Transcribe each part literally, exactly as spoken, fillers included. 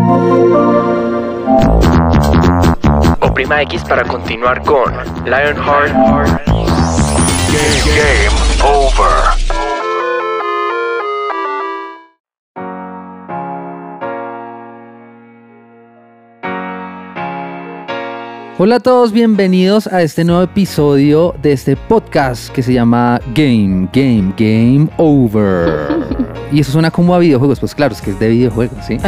Oprima X para continuar con Lionheart Game, game over. Hola a todos, bienvenidos a este nuevo episodio de este podcast que se llama Game, Game, Game Over. Y eso suena como a videojuegos, pues claro, es que es de videojuegos, ¿sí?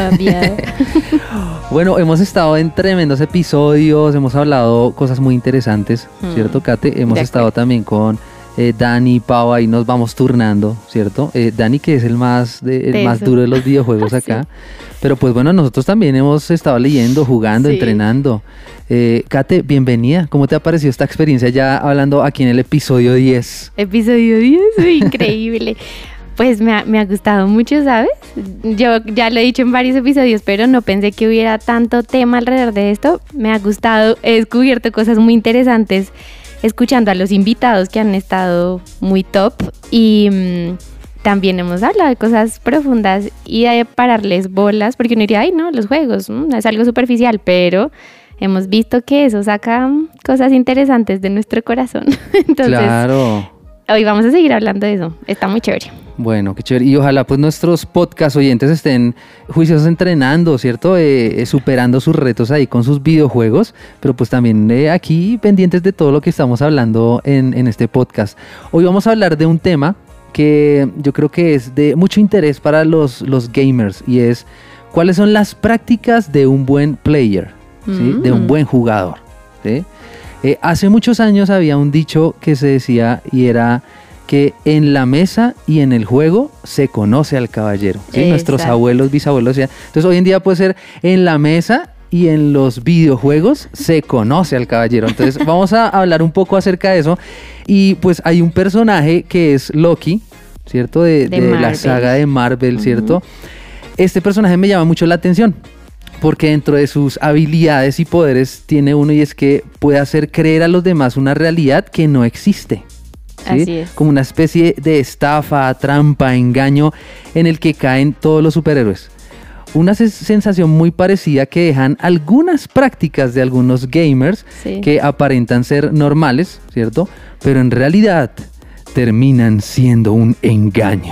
Bueno, hemos estado en tremendos episodios, hemos hablado cosas muy interesantes, ¿cierto, Kate? Hemos estado también con eh, Dani, Pau, ahí nos vamos turnando, ¿cierto? Eh, Dani, que es el más, de, el más duro de los videojuegos acá. Sí. Pero pues bueno, nosotros también hemos estado leyendo, jugando, sí. entrenando. Eh, Kate, bienvenida. ¿Cómo te ha parecido esta experiencia ya hablando aquí en el episodio diez? Episodio diez, increíble. Pues me ha, me ha gustado mucho, ¿sabes? Yo ya lo he dicho en varios episodios, pero no pensé que hubiera tanto tema alrededor de esto. Me ha gustado, he descubierto cosas muy interesantes escuchando a los invitados que han estado muy top y mmm, también hemos hablado de cosas profundas y de pararles bolas, porque uno diría, ay no, los juegos, mmm, es algo superficial, pero hemos visto que eso saca cosas interesantes de nuestro corazón. Entonces, claro. Hoy vamos a seguir hablando de eso, está muy chévere. Bueno, qué chévere. Y ojalá pues nuestros podcast oyentes estén juiciosos entrenando, ¿cierto? Eh, eh, superando sus retos ahí con sus videojuegos, pero pues también eh, aquí pendientes de todo lo que estamos hablando en, en este podcast. Hoy vamos a hablar de un tema que yo creo que es de mucho interés para los, los gamers y es ¿cuáles son las prácticas de un buen player? ¿Sí? Mm. De un buen jugador, ¿sí? Eh, hace muchos años había un dicho que se decía y era que en la mesa y en el juego se conoce al caballero, ¿sí? Nuestros abuelos, bisabuelos, ¿sí? Entonces hoy en día puede ser en la mesa y en los videojuegos se conoce al caballero. Entonces vamos a hablar un poco acerca de eso y pues hay un personaje que es Loki, ¿cierto? De, de, de la saga de Marvel, ¿cierto? Uh-huh. Este personaje me llama mucho la atención porque dentro de sus habilidades y poderes tiene uno y es que puede hacer creer a los demás una realidad que no existe. ¿Sí? Así es. Como una especie de estafa, trampa, engaño en el que caen todos los superhéroes. Una sensación muy parecida que dejan algunas prácticas de algunos gamers, sí, que aparentan ser normales, ¿cierto? Pero en realidad terminan siendo un engaño.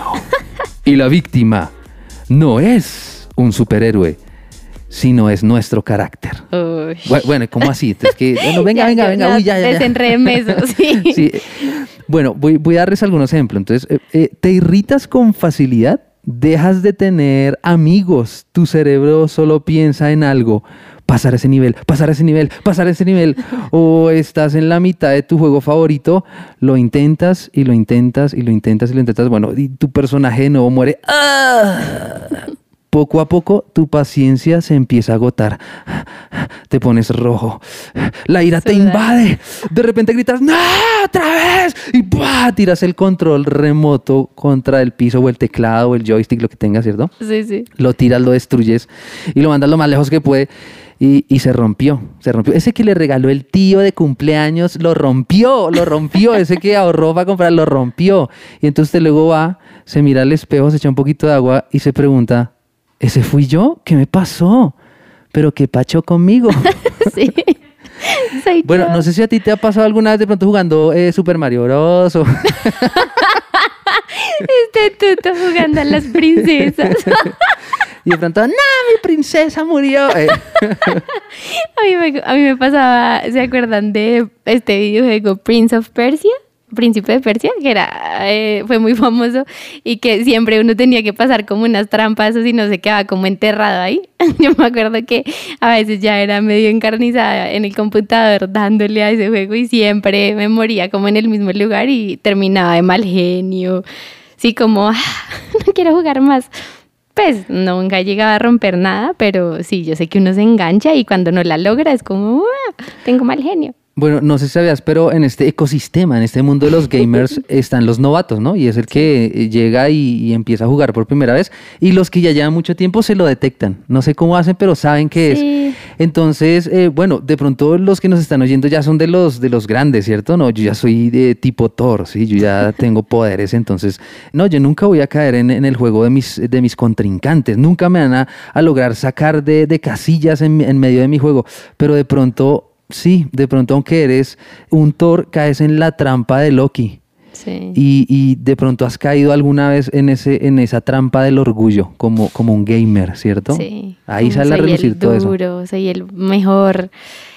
Y la víctima no es un superhéroe, sino es nuestro carácter. Uy. Bueno, ¿cómo así? Entonces, que, bueno, venga, ya, venga, ya, venga, no, uy, ya, ya. Desenredeme eso, sí. Sí. Bueno, voy, voy a darles algunos ejemplos. Entonces, eh, eh, ¿te irritas con facilidad? ¿Dejas de tener amigos? ¿Tu cerebro solo piensa en algo? Pasar ese nivel, pasar ese nivel, pasar ese nivel. O estás en la mitad de tu juego favorito, lo intentas y lo intentas y lo intentas y lo intentas. Bueno, y tu personaje de nuevo muere. ¡Ah! Poco a poco tu paciencia se empieza a agotar. Te pones rojo. La ira te invade. De repente gritas ¡no! ¡Otra vez! Y ¡pah! Tiras el control remoto contra el piso o el teclado o el joystick, lo que tengas, ¿cierto? Sí, sí. Lo tiras, lo destruyes y lo mandas lo más lejos que puede. Y, y se rompió, se rompió. Ese que le regaló el tío de cumpleaños, lo rompió, lo rompió. Ese que ahorró para comprar, lo rompió. Y entonces usted luego va, se mira al espejo, se echa un poquito de agua y se pregunta, ¿ese fui yo? ¿Qué me pasó? ¿Pero qué pacho conmigo? Sí, soy bueno, yo. No sé si a ti te ha pasado alguna vez de pronto jugando eh, Super Mario Bros. O... Este tuto jugando a las princesas. Y de pronto, ¡no, mi princesa murió! Eh. a, mí me, a mí me pasaba, ¿se acuerdan de este videojuego Prince of Persia? Príncipe de Persia, que era eh, fue muy famoso y que siempre uno tenía que pasar como unas trampas o si no se quedaba como enterrado ahí. Yo me acuerdo que a veces ya era medio encarnizada en el computador dándole a ese juego y siempre me moría como en el mismo lugar y terminaba de mal genio. Sí, como, ah, no quiero jugar más. Pues nunca llegaba a romper nada, pero sí, yo sé que uno se engancha y cuando no la logra es como, ah, tengo mal genio. Bueno, no sé si sabías, pero en este ecosistema, en este mundo de los gamers, están los novatos, ¿no? Y es el que llega y, y empieza a jugar por primera vez. Y los que ya llevan mucho tiempo se lo detectan. No sé cómo hacen, pero saben qué sí. es. Entonces, eh, bueno, de pronto los que nos están oyendo ya son de los de los grandes, ¿cierto? No, yo ya soy de tipo Thor, ¿sí? Yo ya tengo poderes, entonces, no, yo nunca voy a caer en, en el juego de mis, de mis contrincantes, nunca me van a, a lograr sacar de, de casillas en, en medio de mi juego, pero de pronto, sí, de pronto aunque eres un Thor, caes en la trampa de Loki. Sí. Y, y de pronto has caído alguna vez en ese en esa trampa del orgullo, como, como un gamer, ¿cierto? Sí. Ahí Como sale a soy relucir el todo eso. duro, soy el mejor.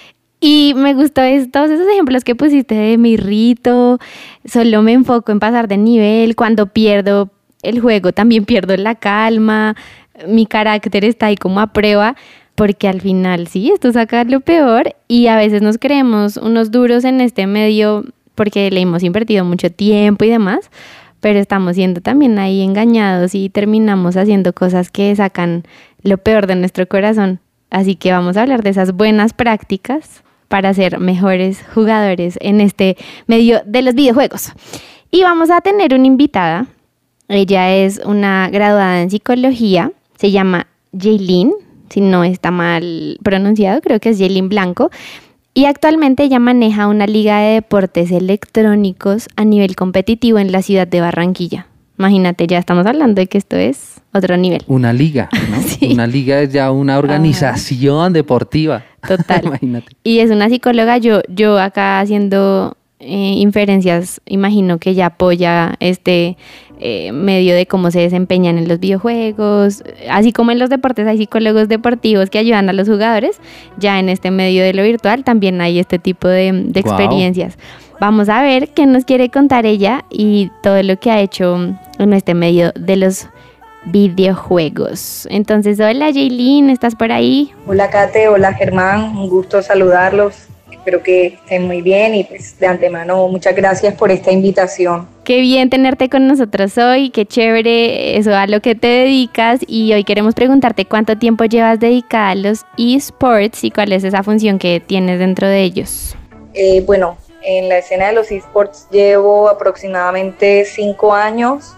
Y me gustó es, todos esos ejemplos que pusiste de mi rito, solo me enfoco en pasar de nivel, cuando pierdo el juego también pierdo la calma, mi carácter está ahí como a prueba, porque al final sí, esto saca lo peor y a veces nos creemos unos duros en este medio porque le hemos invertido mucho tiempo y demás, pero estamos siendo también ahí engañados y terminamos haciendo cosas que sacan lo peor de nuestro corazón. Así que vamos a hablar de esas buenas prácticas para ser mejores jugadores en este medio de los videojuegos. Y vamos a tener una invitada. Ella es una graduada en psicología, se llama Jaylin, si no está mal pronunciado, creo que es Jaylin Blanco. Y actualmente ella maneja una liga de deportes electrónicos a nivel competitivo en la ciudad de Barranquilla. Imagínate, ya estamos hablando de que esto es otro nivel. Una liga, ¿no? Sí. Una liga es ya una organización Ajá. deportiva. Total. Imagínate. Y es una psicóloga, yo, yo acá haciendo eh, inferencias, imagino que ella apoya este eh, medio de cómo se desempeñan en los videojuegos, así como en los deportes hay psicólogos deportivos que ayudan a los jugadores, ya en este medio de lo virtual también hay este tipo de, de Wow. experiencias. Vamos a ver qué nos quiere contar ella y todo lo que ha hecho en este medio de los videojuegos. Entonces, hola Jaylin, ¿estás por ahí? Hola Kate, hola Germán, un gusto saludarlos. Espero que estén muy bien y pues de antemano muchas gracias por esta invitación. Qué bien tenerte con nosotros hoy, qué chévere eso a lo que te dedicas y hoy queremos preguntarte cuánto tiempo llevas dedicada a los eSports y cuál es esa función que tienes dentro de ellos. Eh, bueno, en la escena de los eSports llevo aproximadamente cinco años.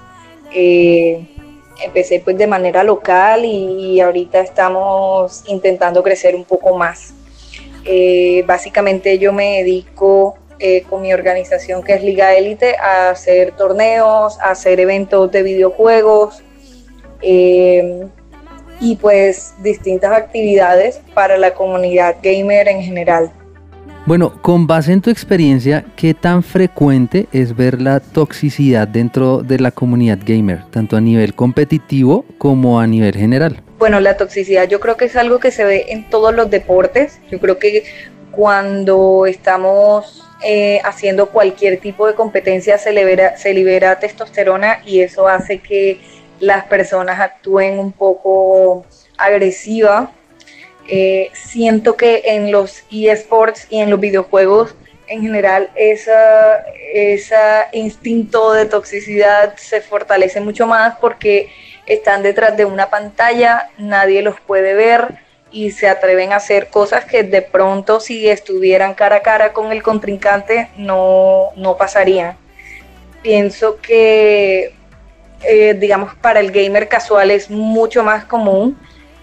Eh, empecé pues de manera local y ahorita estamos intentando crecer un poco más. Eh, básicamente yo me dedico eh, con mi organización que es Liga Élite a hacer torneos, a hacer eventos de videojuegos eh, y pues distintas actividades para la comunidad gamer en general. Bueno, con base en tu experiencia, ¿qué tan frecuente es ver la toxicidad dentro de la comunidad gamer, tanto a nivel competitivo como a nivel general? Bueno, la toxicidad yo creo que es algo que se ve en todos los deportes. Yo creo que cuando estamos eh, haciendo cualquier tipo de competencia se libera, se libera testosterona y eso hace que las personas actúen un poco agresiva. Eh, siento que en los eSports y en los videojuegos en general ese esa instinto de toxicidad se fortalece mucho más porque están detrás de una pantalla, nadie los puede ver y se atreven a hacer cosas que de pronto si estuvieran cara a cara con el contrincante no, no pasarían. Pienso que eh, digamos para el gamer casual es mucho más común.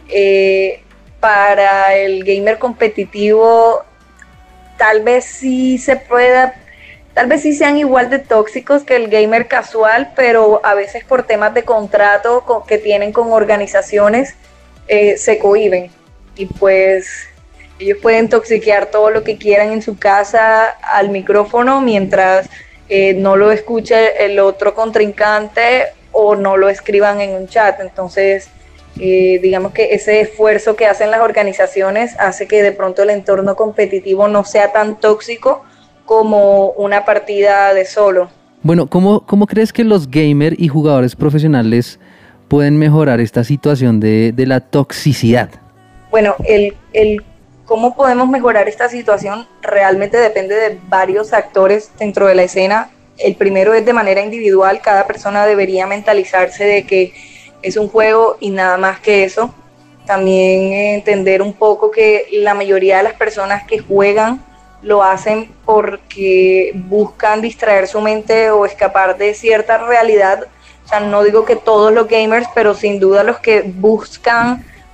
Eh, para el gamer competitivo tal vez sí se pueda, tal vez sí sean igual de tóxicos que el gamer casual, pero a veces por temas de contrato con, que tienen con organizaciones eh, se cohíben y pues ellos pueden toxiquear todo lo que quieran en su casa al micrófono mientras eh, no lo escuche el otro contrincante o no lo escriban en un chat. Entonces Eh, digamos que ese esfuerzo que hacen las organizaciones hace que de pronto el entorno competitivo no sea tan tóxico como una partida de solo. Bueno, ¿cómo, cómo crees que los gamers y jugadores profesionales pueden mejorar esta situación de, de la toxicidad? Bueno, el, el cómo podemos mejorar esta situación realmente depende de varios actores dentro de la escena. El primero es de manera individual, cada persona debería mentalizarse de que es un juego y nada más que eso. También entender un poco que la mayoría de las personas que juegan lo hacen porque buscan distraer su mente o escapar de cierta realidad. O sea, no digo que todos los gamers, pero sin duda los que buscan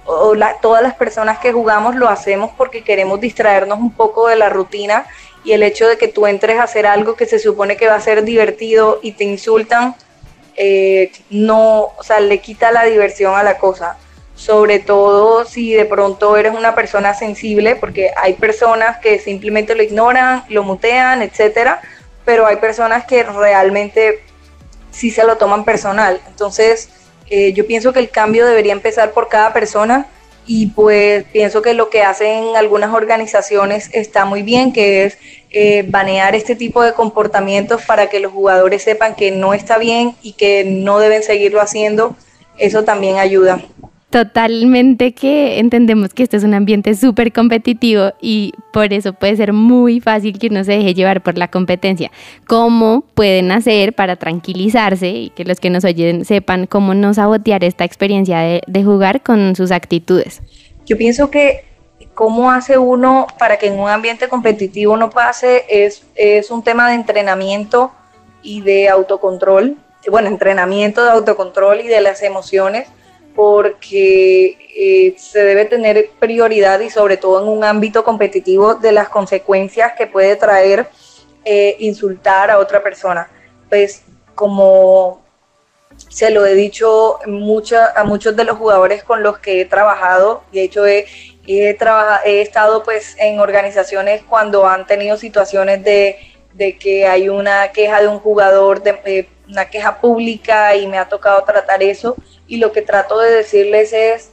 o la, todas las personas que jugamos lo hacemos porque queremos distraernos un poco de la rutina, y el hecho de que tú entres a hacer algo que se supone que va a ser divertido y te insultan, eh, no, o sea, le quita la diversión a la cosa. Sobre todo si de pronto eres una persona sensible, porque hay personas que simplemente lo ignoran, lo mutean, etcétera, pero hay personas que realmente sí se lo toman personal. Entonces, eh, yo pienso que el cambio debería empezar por cada persona, y pues pienso que lo que hacen algunas organizaciones está muy bien, que es eh, banear este tipo de comportamientos para que los jugadores sepan que no está bien y que no deben seguirlo haciendo. Eso también ayuda. Totalmente, que entendemos que este es un ambiente súper competitivo y por eso puede ser muy fácil que uno se deje llevar por la competencia. ¿Cómo pueden hacer para tranquilizarse y que los que nos oyen sepan cómo no sabotear esta experiencia de, de jugar con sus actitudes? Yo pienso que cómo hace uno para que en un ambiente competitivo no pase es, es un tema de entrenamiento y de autocontrol. Bueno, entrenamiento de autocontrol y de las emociones, porque eh, se debe tener prioridad, y sobre todo en un ámbito competitivo, de las consecuencias que puede traer eh, insultar a otra persona. Pues como se lo he dicho mucha, a muchos de los jugadores con los que he trabajado, de hecho he, he, trabajado, he estado pues en organizaciones cuando han tenido situaciones de, de que hay una queja de un jugador, de, eh, una queja pública, y me ha tocado tratar eso. Y lo que trato de decirles es,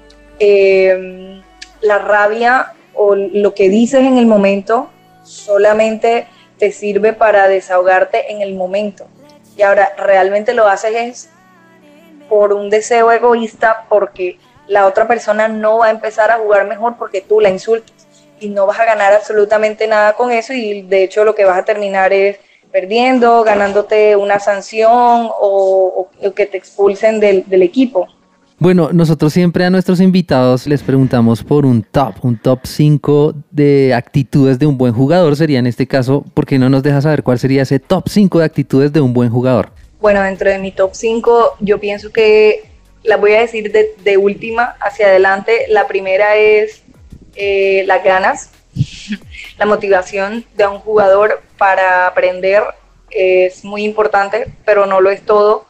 eh, la rabia o lo que dices en el momento solamente te sirve para desahogarte en el momento. Y ahora realmente lo haces es por un deseo egoísta, porque la otra persona no va a empezar a jugar mejor porque tú la insultas, y no vas a ganar absolutamente nada con eso, y de hecho lo que vas a terminar es perdiendo, ganándote una sanción o, o, o que te expulsen del, del equipo. Bueno, nosotros siempre a nuestros invitados les preguntamos por un top, un top cinco de actitudes de un buen jugador. Sería en este caso, ¿por qué no nos dejas saber cuál sería ese top cinco de actitudes de un buen jugador? Bueno, dentro de mi top cinco, yo pienso que las voy a decir de, de última hacia adelante. La primera es eh, las ganas. La motivación de un jugador para aprender es muy importante, pero no lo es todo.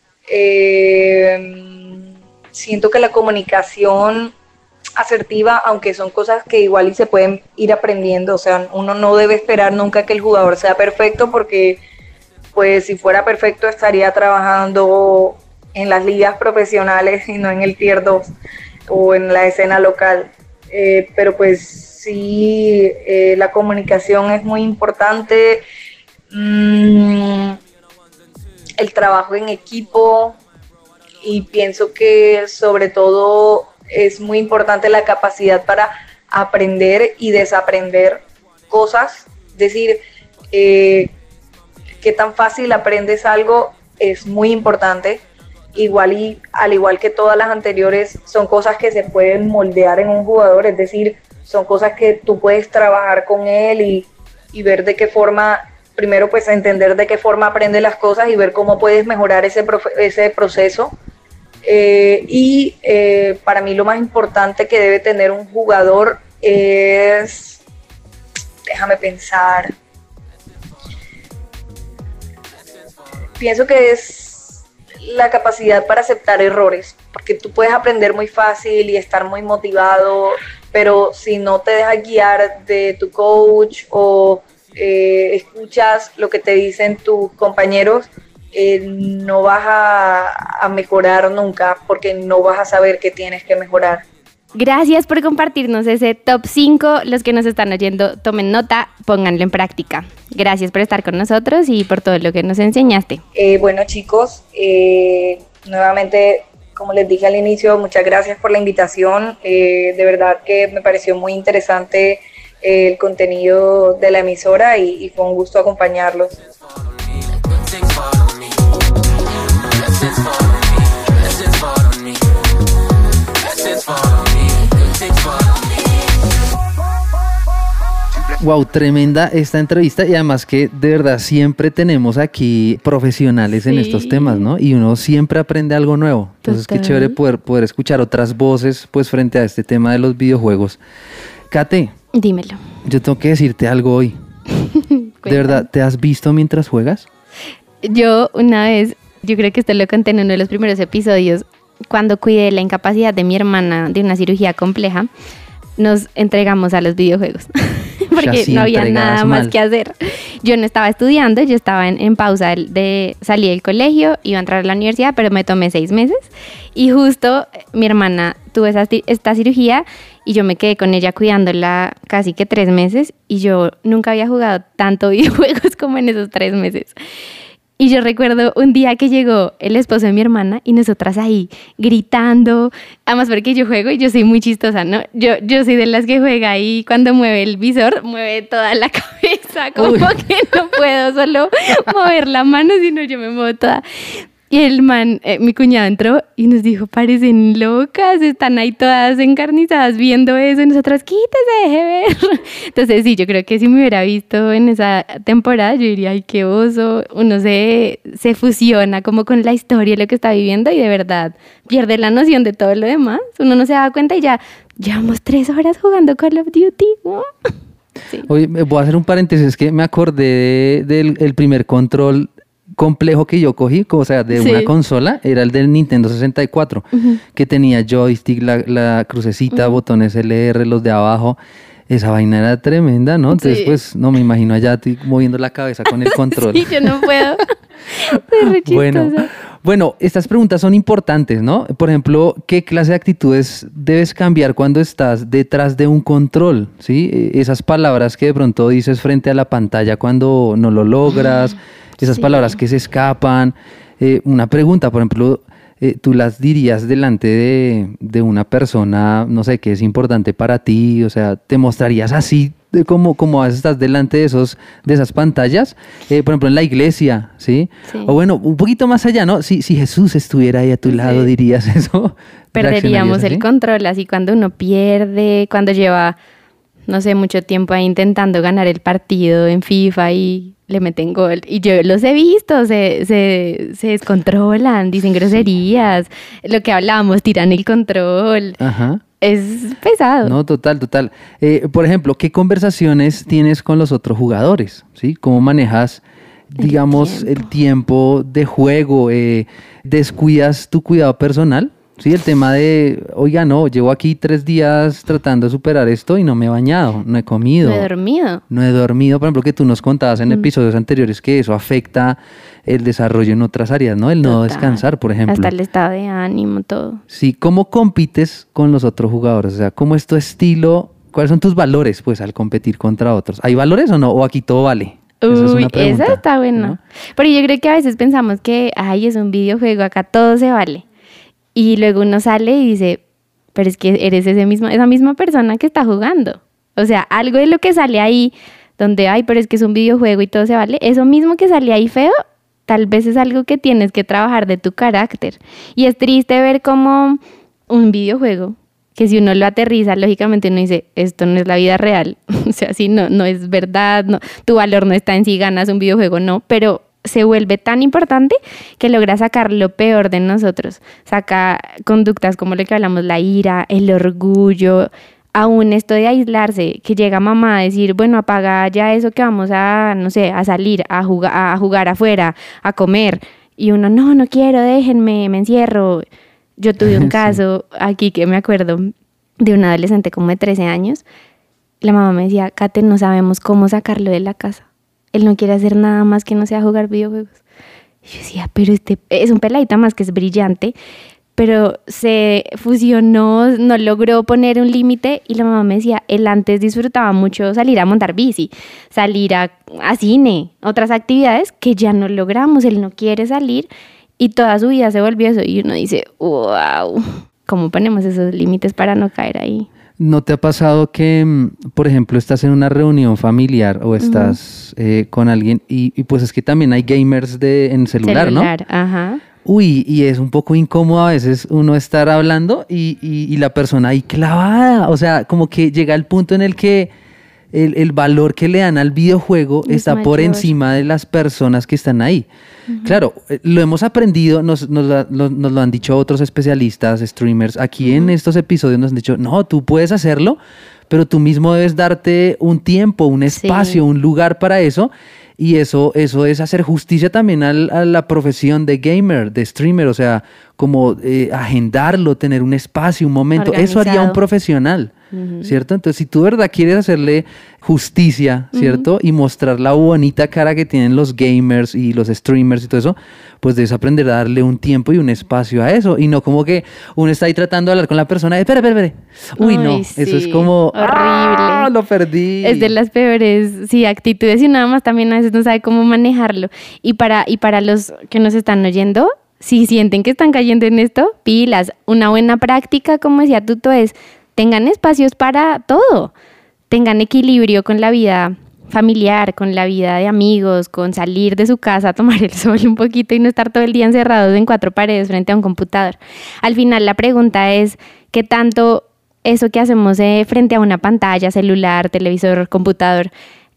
Eh, siento que la comunicación asertiva, aunque son cosas que igual y se pueden ir aprendiendo, o sea, uno no debe esperar nunca que el jugador sea perfecto, porque pues si fuera perfecto estaría trabajando en las ligas profesionales y no en el tier dos o en la escena local. Eh, pero pues sí, eh, la comunicación es muy importante, mm, el trabajo en equipo, y pienso que sobre todo es muy importante la capacidad para aprender y desaprender cosas. Es decir, eh, qué tan fácil aprendes algo es muy importante. Igual y al igual que todas las anteriores, son cosas que se pueden moldear en un jugador, es decir, son cosas que tú puedes trabajar con él y, y ver de qué forma, primero pues entender de qué forma aprende las cosas y ver cómo puedes mejorar ese, profe, ese proceso. Eh, y eh, para mí lo más importante que debe tener un jugador es, déjame pensar, pienso que es la capacidad para aceptar errores, porque tú puedes aprender muy fácil y estar muy motivado, pero si no te dejas guiar de tu coach o eh, escuchas lo que te dicen tus compañeros, eh, no vas a, a mejorar nunca, porque no vas a saber qué tienes que mejorar. Gracias por compartirnos ese top cinco. Los que nos están oyendo, tomen nota, pónganlo en práctica. Gracias por estar con nosotros y por todo lo que nos enseñaste. Eh, bueno, chicos, eh, nuevamente, como les dije al inicio, muchas gracias por la invitación. Eh, de verdad que me pareció muy interesante eh, el contenido de la emisora y, y fue un gusto acompañarlos. Wow, tremenda esta entrevista y además que de verdad siempre tenemos aquí profesionales en Sí. estos temas, ¿no? Y uno siempre aprende algo nuevo. Entonces qué Total. chévere poder, poder escuchar otras voces pues frente a este tema de los videojuegos. Kate, Dímelo. yo tengo que decirte algo hoy. ¿De verdad te has visto mientras juegas? Yo una vez, yo creo que esto lo conté en uno de los primeros episodios, cuando cuidé la incapacidad de mi hermana de una cirugía compleja, nos entregamos a los videojuegos. Porque Ya sí, no había entregadas nada más mal. que hacer. Yo no estaba estudiando, yo estaba en, en pausa de, de salí del colegio, iba a entrar a la universidad, pero me tomé seis meses. Y justo eh, mi hermana tuvo esa, ci- esta cirugía y yo me quedé con ella cuidándola casi que tres meses. Y yo nunca había jugado tanto videojuegos como en esos tres meses. Y yo recuerdo un día que llegó el esposo de mi hermana y nosotras ahí gritando, además porque yo juego y yo soy muy chistosa, ¿no? Yo, yo soy de las que juega ahí cuando mueve el visor, mueve toda la cabeza, como Uy. que no puedo solo mover la mano, sino yo me muevo toda. Y el man, eh, mi cuñado entró y nos dijo, parecen locas, están ahí todas encarnizadas viendo eso y nosotras, quítese, deje ver. Entonces sí, yo creo que si me hubiera visto en esa temporada, yo diría, ay, qué oso. Uno se, se fusiona como con la historia, lo que está viviendo y de verdad pierde la noción de todo lo demás. Uno no se da cuenta y ya llevamos tres horas jugando Call of Duty. ¿No? Sí. Oye, me voy a hacer un paréntesis, que me acordé de- del el primer control complejo que yo cogí, o sea, de Sí. una consola, era el del Nintendo sesenta y cuatro, que tenía joystick, la, la crucecita, botones L R, los de abajo. Esa vaina era tremenda, ¿no? Entonces, Sí. pues, no me imagino allá tú moviendo la cabeza con el control. Sí, yo no puedo. Soy re Bueno, chistosa. bueno, estas preguntas son importantes, ¿no? Por ejemplo, ¿qué clase de actitudes debes cambiar cuando estás detrás de un control? ¿Sí? Eh, Esas palabras que de pronto dices frente a la pantalla cuando no lo logras, esas sí. palabras que se escapan. Eh, una pregunta, por ejemplo, eh, ¿tú las dirías delante de, de una persona, no sé, que es importante para ti? O sea, ¿te mostrarías así de como, como a veces estás delante de, esos, de esas pantallas? Eh, por ejemplo, en la iglesia, ¿sí? Sí. O bueno, un poquito más allá, ¿no? Si, si Jesús estuviera ahí a tu Sí. lado, ¿dirías eso? Perderíamos ¿Reaccionarías el así? control, así cuando uno pierde, cuando lleva, no sé, mucho tiempo ahí intentando ganar el partido en FIFA y le meten gol. Y yo los he visto, se, se, se descontrolan, dicen groserías, lo que hablábamos, tiran el control. Ajá. Es pesado. No, total, total. Eh, por ejemplo, ¿qué conversaciones tienes con los otros jugadores? ¿Sí? ¿Cómo manejas, El digamos, tiempo. el tiempo de juego? Eh, ¿descuidas tu cuidado personal? Sí, el tema de, oiga, no, llevo aquí tres días tratando de superar esto y no me he bañado, no he comido. No he dormido. No he dormido, por ejemplo, que tú nos contabas en episodios anteriores que eso afecta el desarrollo en otras áreas, ¿no? El no Total. descansar, por ejemplo. Hasta el estado de ánimo, todo. Sí, ¿cómo compites con los otros jugadores? O sea, ¿cómo es tu estilo? ¿Cuáles son tus valores, pues, al competir contra otros? ¿Hay valores o no? ¿O aquí todo vale? Esa es Uy, una pregunta, esa está buena. ¿no? Pero yo creo que a veces pensamos que, ay, es un videojuego, acá todo se vale. Y luego uno sale y dice, pero es que eres ese mismo, esa misma persona que está jugando. O sea, algo de lo que sale ahí, donde, ay, pero es que es un videojuego y todo se vale, eso mismo que sale ahí feo, tal vez es algo que tienes que trabajar de tu carácter. Y es triste ver como un videojuego, que si uno lo aterriza, lógicamente uno dice, esto no es la vida real. O sea, si no, no es verdad, no, tu valor no está en si ganas un videojuego, no, pero se vuelve tan importante que logra sacar lo peor de nosotros. Saca conductas como lo que hablamos, la ira, el orgullo, aún esto de aislarse, que llega mamá a decir, bueno, apaga ya eso que vamos a, no sé, a salir, a jugar, a jugar afuera, a comer. Y uno, no, no quiero, déjenme, me encierro. Yo tuve un Sí. caso aquí que me acuerdo de un adolescente como de trece años. La mamá me decía, Kate, no sabemos cómo sacarlo de la casa. Él no quiere hacer nada más que no sea jugar videojuegos. Y yo decía, pero este es un peladito más que es brillante, pero se fusionó, no logró poner un límite y la mamá me decía, él antes disfrutaba mucho salir a montar bici, salir a, a cine, otras actividades que ya no logramos, él no quiere salir y toda su vida se volvió eso y uno dice, wow, ¿cómo ponemos esos límites para no caer ahí? ¿No te ha pasado que, mm, por ejemplo, estás en una reunión familiar o estás eh, con alguien y, y pues es que también hay gamers de, en celular, Celular, ¿no? ajá. Uy, y es un poco incómodo a veces uno estar hablando y, y- y la persona ahí clavada, o sea, como que llega el punto en el que el, el valor que le dan al videojuego Es está por mayor. encima de las personas que están ahí. Claro, eh, lo hemos aprendido, nos, nos, la- lo, nos lo han dicho otros especialistas, streamers. Aquí en estos episodios nos han dicho, no, tú puedes hacerlo, pero tú mismo debes darte un tiempo, un espacio, Sí. un lugar para eso. Y eso, eso es hacer justicia también al- a la profesión de gamer, de streamer, o sea, como eh, agendarlo, tener un espacio, un momento. Eso haría un Organizado. profesional, ¿cierto? Entonces, si tú de verdad quieres hacerle justicia, ¿cierto? Y mostrar la bonita cara que tienen los gamers y los streamers y todo eso, pues debes aprender a darle un tiempo y un espacio a eso. Y no como que uno está ahí tratando de hablar con la persona, espera, espera, espera. Uy, Ay, no, eso es sí, como, horrible. ¡ah, lo perdí! Es de las peores, sí, actitudes y nada más también a veces no sabe cómo manejarlo. Y para, y para los que nos están oyendo, si sienten que están cayendo en esto, pilas. Una buena práctica, como decía Tuto, es tengan espacios para todo. Tengan equilibrio con la vida familiar, con la vida de amigos, con salir de su casa a tomar el sol un poquito y no estar todo el día encerrados en cuatro paredes frente a un computador. Al final la pregunta es, ¿qué tanto eso que hacemos eh, frente a una pantalla, celular, televisor, computador,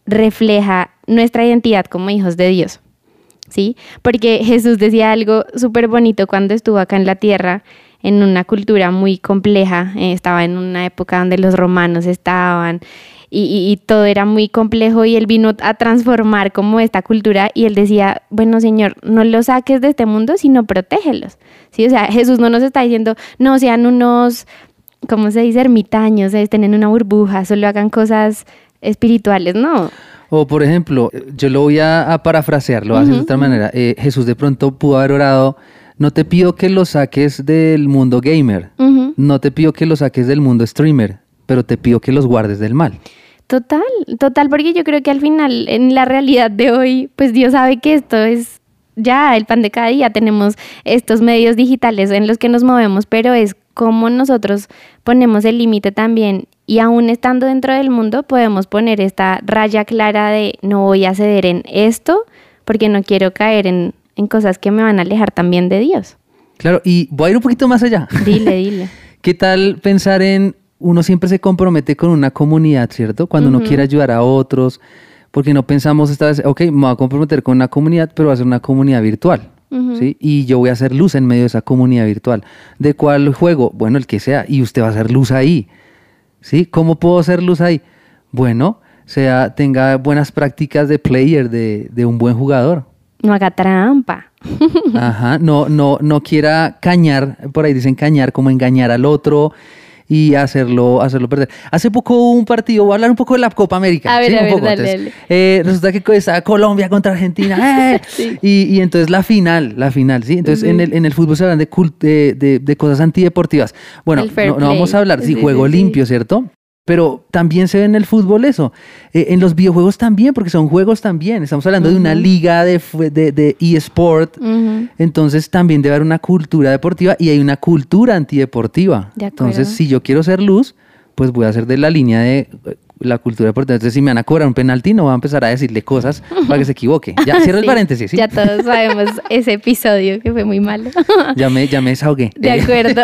refleja nuestra identidad como hijos de Dios? ¿Sí? Porque Jesús decía algo súper bonito cuando estuvo acá en la tierra, en una cultura muy compleja. Eh, estaba en una época donde los romanos estaban y, y, y todo era muy complejo, y él vino a transformar como esta cultura, y él decía, bueno, Señor, no los saques de este mundo, sino protégelos. ¿Sí? O sea, Jesús no nos está diciendo, no sean unos, ¿cómo se dice? Ermitaños, estén en una burbuja, solo hagan cosas espirituales, no. O por ejemplo, yo lo voy a, a parafrasear, lo hace de otra manera. Eh, Jesús de pronto pudo haber orado, no te pido que lo saques del mundo gamer, Ujú. no te pido que lo saques del mundo streamer, pero te pido que los guardes del mal. Total, total, porque yo creo que al final, en la realidad de hoy, pues Dios sabe que esto es ya el pan de cada día. Tenemos estos medios digitales en los que nos movemos, pero es como nosotros ponemos el límite también, y aún estando dentro del mundo podemos poner esta raya clara de no voy a ceder en esto porque no quiero caer en, en cosas que me van a alejar también de Dios. Claro, y voy a ir un poquito más allá. Dile, dile. ¿Qué tal pensar en, uno siempre se compromete con una comunidad, ¿cierto? Cuando uno quiere ayudar a otros, porque no pensamos esta vez, ok, me voy a comprometer con una comunidad, pero va a ser una comunidad virtual. ¿Sí? Y yo voy a hacer luz en medio de esa comunidad virtual. ¿De cuál juego? Bueno, el que sea, y usted va a hacer luz ahí. ¿Sí? ¿Cómo puedo hacer luz ahí? Bueno, sea, tenga buenas prácticas de player, de, de un buen jugador. No haga trampa. Ajá, no, no, no quiera cañar, por ahí dicen cañar, como engañar al otro y hacerlo, hacerlo perder. Hace poco hubo un partido, voy a hablar un poco de la Copa América. A ver, ¿sí? a Un ver, poco. dale, Entonces, eh, resulta que estaba Colombia contra Argentina, ¡eh! Sí. y, y entonces la final, la final, ¿sí? Entonces Sí. en, el, en el fútbol se hablan de, cult- de, de, de cosas antideportivas. Bueno, El fair no, no vamos play. a hablar, sí, Sí, juego sí, sí. limpio, ¿cierto? Pero también se ve en el fútbol eso. Eh, en los videojuegos también, porque son juegos también. Estamos hablando de una liga de, fu- de, de eSport. Ujú. Entonces también debe haber una cultura deportiva y hay una cultura antideportiva. De acuerdo. Entonces, si yo quiero ser luz, pues voy a ser de la línea de eh, la cultura deportiva. Entonces, si me van a cobrar un penalti, no voy a empezar a decirle cosas para que se equivoque. Ya, cierro el Sí, paréntesis, ¿sí? Ya todos sabemos ese episodio que fue muy malo. Ya me, ya me desahogué. De Eh, acuerdo.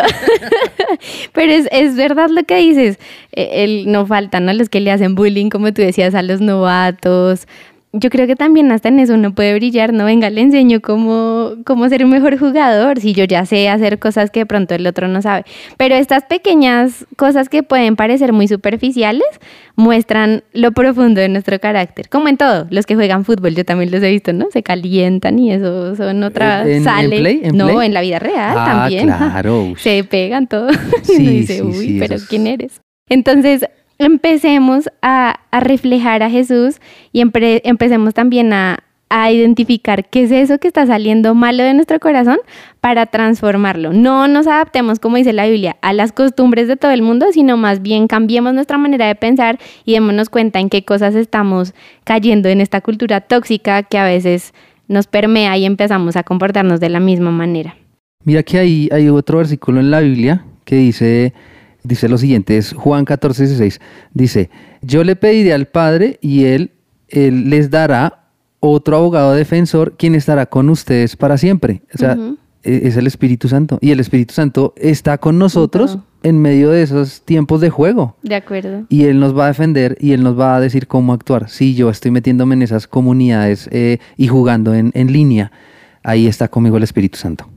Pero es, es verdad lo que dices. Eh, el, no faltan, ¿no?, los que le hacen bullying, como tú decías, a los novatos. Yo creo que también hasta en eso uno puede brillar, ¿no? Venga, le enseño cómo, cómo ser un mejor jugador, si yo ya sé hacer cosas que de pronto el otro no sabe. Pero estas pequeñas cosas que pueden parecer muy superficiales muestran lo profundo de nuestro carácter. Como en todo, los que juegan fútbol, yo también los he visto, ¿no? Se calientan y eso son otra... ¿En- en sale. play? ¿En no, play? en la vida real Ah, también. claro. Se pegan todo. Sí, y uno dice, sí, uy, sí, pero eso es- ¿quién eres? Entonces, empecemos a, a reflejar a Jesús y empre- empecemos también a, a identificar qué es eso que está saliendo malo de nuestro corazón para transformarlo. No nos adaptemos, como dice la Biblia, a las costumbres de todo el mundo, sino más bien cambiemos nuestra manera de pensar y démonos cuenta en qué cosas estamos cayendo en esta cultura tóxica que a veces nos permea y empezamos a comportarnos de la misma manera. Mira que hay, hay otro versículo en la Biblia que dice, dice lo siguiente, es Juan catorce, dieciséis. Dice, yo le pediré al Padre y él, él les dará otro abogado defensor quien estará con ustedes para siempre. O sea, Ujú. eh, es el Espíritu Santo. Y el Espíritu Santo está con nosotros Todo. en medio de esos tiempos de juego. De acuerdo. Y Él nos va a defender y Él nos va a decir cómo actuar. Si yo estoy metiéndome en esas comunidades eh, y jugando en, en línea, ahí está conmigo el Espíritu Santo.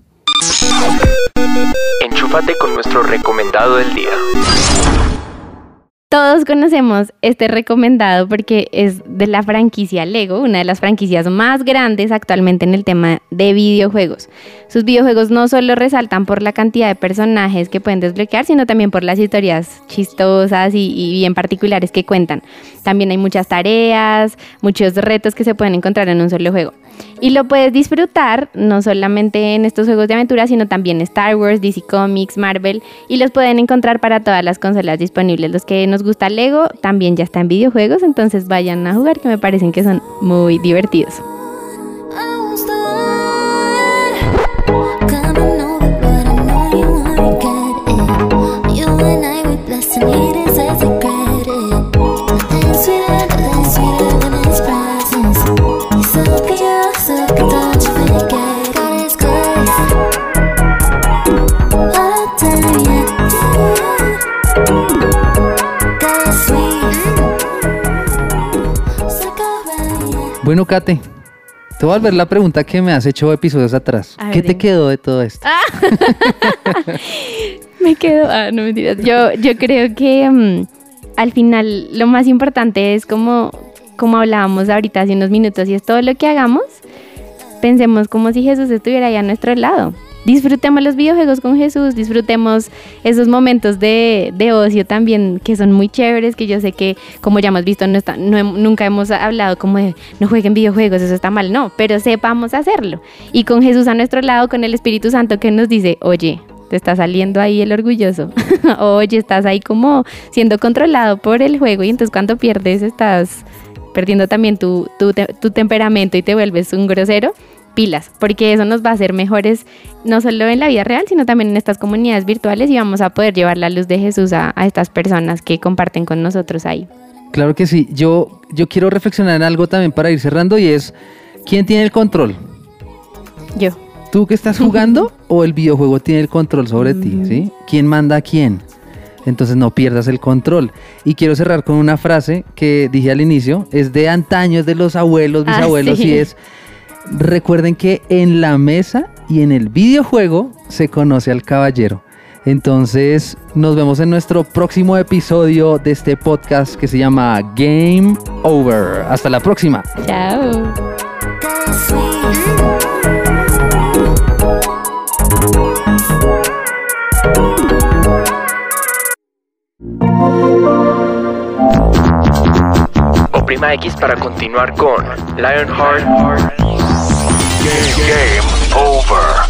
Enchúfate con nuestro recomendado del día. Todos conocemos este recomendado porque es de la franquicia Lego, una de las franquicias más grandes actualmente en el tema de videojuegos. Sus videojuegos no solo resaltan por la cantidad de personajes que pueden desbloquear, sino también por las historias chistosas y, y bien particulares que cuentan. También hay muchas tareas, muchos retos que se pueden encontrar en un solo juego. Y lo puedes disfrutar no solamente en estos juegos de aventura, sino también Star Wars, D C Comics, Marvel, y los pueden encontrar para todas las consolas disponibles. Los que nos gusta Lego también ya está en videojuegos, entonces vayan a jugar, que me parecen que son muy divertidos. Bueno, Kate, te voy a volver la pregunta que me has hecho episodios atrás. A ¿Qué ver, te dime. quedó de todo esto? Me quedo, ah, no mentiras. Yo, yo creo que um, al final lo más importante es como, como hablábamos ahorita hace unos minutos, y es todo lo que hagamos, pensemos como si Jesús estuviera ahí a nuestro lado. Disfrutemos los videojuegos con Jesús, disfrutemos esos momentos de, de ocio también que son muy chéveres, que yo sé que, como ya hemos visto, no está, no, nunca hemos hablado como de no jueguen videojuegos, eso está mal, no, pero sepamos hacerlo. Y con Jesús a nuestro lado, con el Espíritu Santo que nos dice, oye, te está saliendo ahí el orgulloso, oye, estás ahí como siendo controlado por el juego, y entonces cuando pierdes estás perdiendo también tu, tu, tu temperamento y te vuelves un grosero. Pilas, porque eso nos va a hacer mejores no solo en la vida real, sino también en estas comunidades virtuales, y vamos a poder llevar la luz de Jesús a, a estas personas que comparten con nosotros ahí. Claro que sí. Yo, yo quiero reflexionar en algo también para ir cerrando, y es, ¿quién tiene el control? Yo. ¿Tú que estás jugando o el videojuego tiene el control sobre ti? ¿Sí? ¿Quién manda a quién? Entonces no pierdas el control. Y quiero cerrar con una frase que dije al inicio, es de antaño, es de los abuelos, bisabuelos, Ah, sí. y es: recuerden que en la mesa y en el videojuego se conoce al caballero. Entonces nos vemos en nuestro próximo episodio de este podcast que se llama Game Over. Hasta la próxima. Chao. Oprima X para continuar con Lionheart. Game, game over.